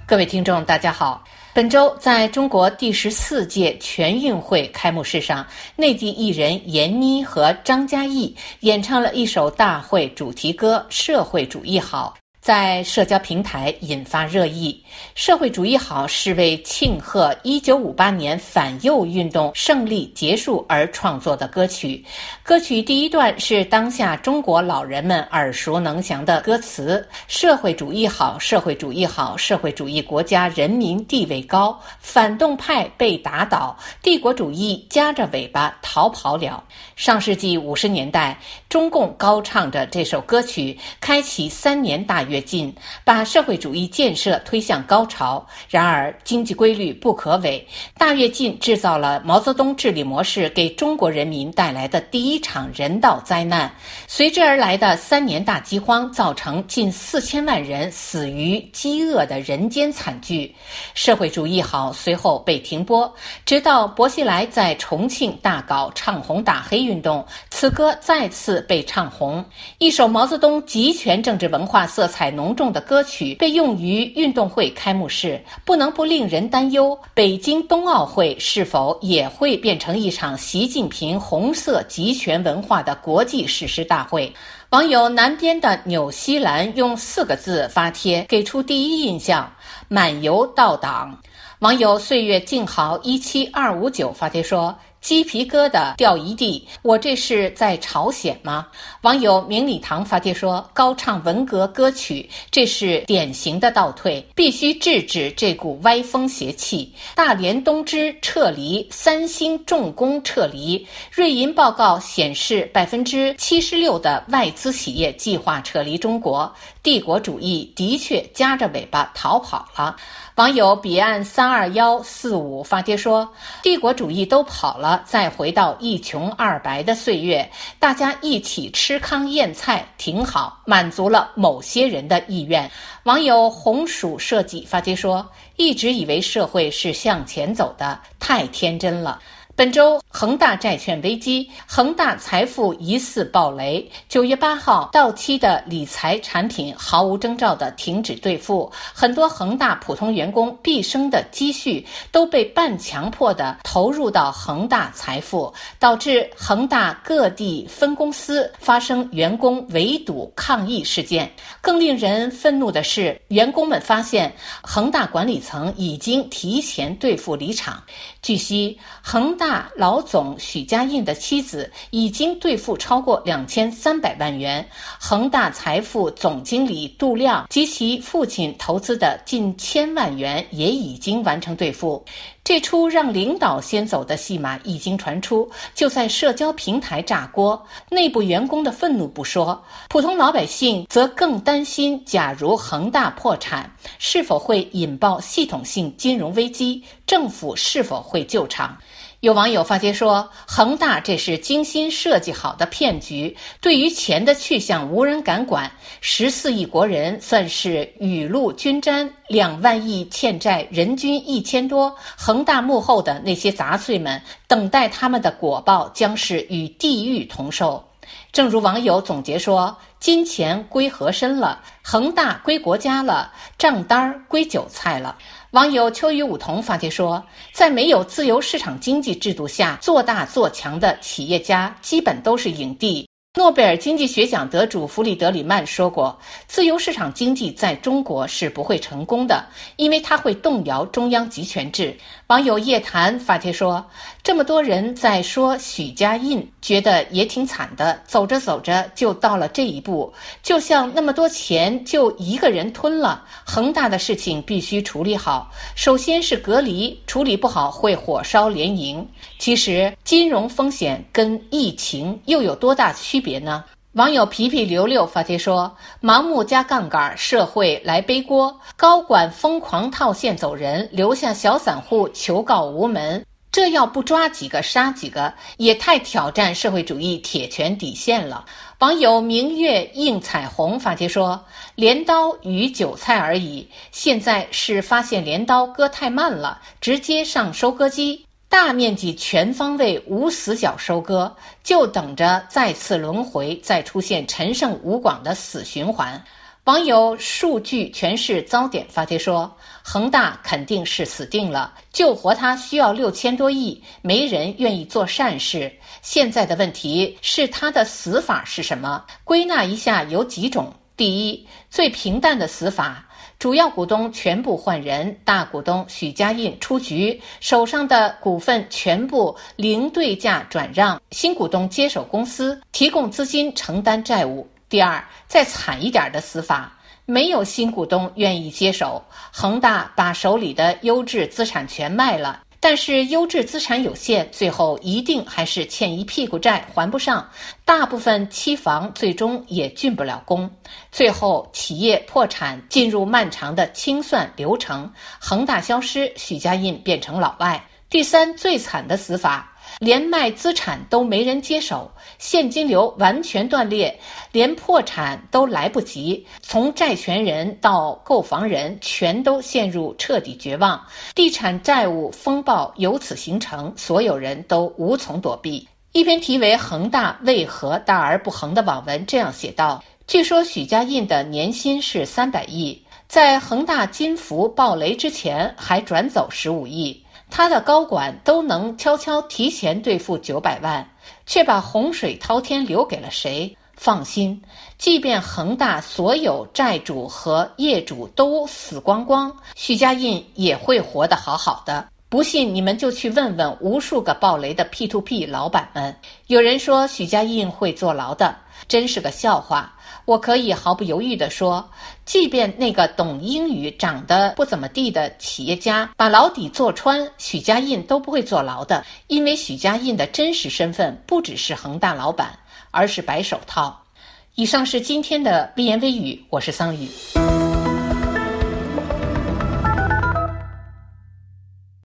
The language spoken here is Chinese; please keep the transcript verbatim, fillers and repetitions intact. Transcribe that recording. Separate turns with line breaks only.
各位听众大家好，本周在中国第十四届全运会开幕式上，内地艺人闫妮和张嘉译演唱了一首大会主题歌《社会主义好》，在社交平台引发热议。社会主义好是为庆贺一九五八年反右运动胜利结束而创作的歌曲。歌曲第一段是当下中国老人们耳熟能详的歌词：社会主义好，社会主义好，社会主义国家人民地位高，反动派被打倒，帝国主义夹着尾巴逃跑了。上世纪五十年代，中共高唱着这首歌曲，开启三年大跃进，把社会主义建设推向高潮。然而经济规律不可违，大跃进制造了毛泽东治理模式给中国人民带来的第一场人道灾难，随之而来的三年大饥荒造成近四千万人死于饥饿的人间惨剧。社会主义好随后被停播，直到薄熙来在重庆大搞唱红打黑运动，此歌再次被唱红。一首毛泽东极权政治文化色彩浓重的歌曲被用于运动会开幕式，不能不令人担忧，北京冬奥会是否也会变成一场习近平红色极权文化的国际誓师大会。网友南边的纽西兰用四个字发帖给出第一印象：满油到党。网友岁月静好一七二五九发帖说：鸡皮疙瘩掉一地，我这是在朝鲜吗？网友明礼堂发帖说：高唱文革歌曲，这是典型的倒退，必须制止这股歪风邪气。大连东芝撤离，三星重工撤离，瑞银报告显示百分之七十六的外资企业计划撤离中国，帝国主义的确夹着尾巴逃跑了。网友彼岸三二幺四五发帖说：帝国主义都跑了，再回到一穷二白的岁月，大家一起吃糠咽菜挺好，满足了某些人的意愿。网友红薯设计发帖说：一直以为社会是向前走的，太天真了。本周恒大债券危机，恒大财富疑似暴雷。九月八号，到期的理财产品毫无征兆地停止兑付，很多恒大普通员工毕生的积蓄都被半强迫地投入到恒大财富，导致恒大各地分公司发生员工围堵抗议事件。更令人愤怒的是，员工们发现恒大管理层已经提前兑付离场。据悉，恒大老总许家印的妻子已经兑付超过两千三百万元，恒大财富总经理杜亮及其父亲投资的近千万元也已经完成兑付。这出让领导先走的戏码一经传出，就在社交平台炸锅。内部员工的愤怒不说，普通老百姓则更担心，假如恒大破产，是否会引爆系统性金融危机，政府是否会救场。有网友发帖说，恒大这是精心设计好的骗局，对于钱的去向无人敢管，十四亿国人算是雨露均沾，两万亿欠债人均一千多，恒大幕后的那些杂碎们，等待他们的果报将是与地狱同受。正如网友总结说，金钱归和珅了，恒大归国家了，账单归韭菜了。网友秋雨梧桐发帖说，在没有自由市场经济制度下，做大做强的企业家基本都是影帝。诺贝尔经济学奖得主弗里德里曼说过，自由市场经济在中国是不会成功的，因为它会动摇中央集权制。网友叶檀发帖说，这么多人在说许家印，觉得也挺惨的，走着走着就到了这一步，就像那么多钱就一个人吞了。恒大的事情必须处理好，首先是隔离，处理不好会火烧连营。其实金融风险跟疫情又有多大区别呢？网友皮皮溜溜发帖说，盲目加杠杆，社会来背锅，高管疯狂套现走人，留下小散户求告无门，这要不抓几个杀几个，也太挑战社会主义铁拳底线了。网友明月映彩虹发帖说，镰刀与韭菜而已，现在是发现镰刀割太慢了，直接上收割机，大面积全方位无死角收割，就等着再次轮回，再出现陈胜吴广的死循环。 网友数据全是糟点发帖说，恒大肯定是死定了，救活它需要六千多亿，没人愿意做善事。现在的问题是它的死法是什么？归纳一下有几种。第一，最平淡的死法，主要股东全部换人，大股东许家印出局，手上的股份全部零对价转让，新股东接手公司，提供资金承担债务。第二，再惨一点的死法，没有新股东愿意接手，恒大把手里的优质资产全卖了，但是优质资产有限，最后一定还是欠一屁股债还不上，大部分期房最终也竣不了工，最后企业破产，进入漫长的清算流程，恒大消失，许家印变成老外。第三，最惨的死法，连卖资产都没人接手，现金流完全断裂，连破产都来不及，从债权人到购房人全都陷入彻底绝望，地产债务风暴由此形成，所有人都无从躲避。一篇题为《恒大为何大而不恒》的网文这样写道，据说许家印的年薪是三百亿，在恒大金服暴雷之前还转走十五亿，他的高管都能悄悄提前兑付九百万，却把洪水滔天留给了谁？放心，即便恒大所有债主和业主都死光光，许家印也会活得好好的。不信你们就去问问无数个暴雷的 P to P 老板们。有人说许家印会坐牢的，真是个笑话。我可以毫不犹豫地说，即便那个懂英语长得不怎么地的企业家把牢底坐穿，许家印都不会坐牢的，因为许家印的真实身份不只是恒大老板，而是白手套。以上是今天的微言微语，我是桑榆。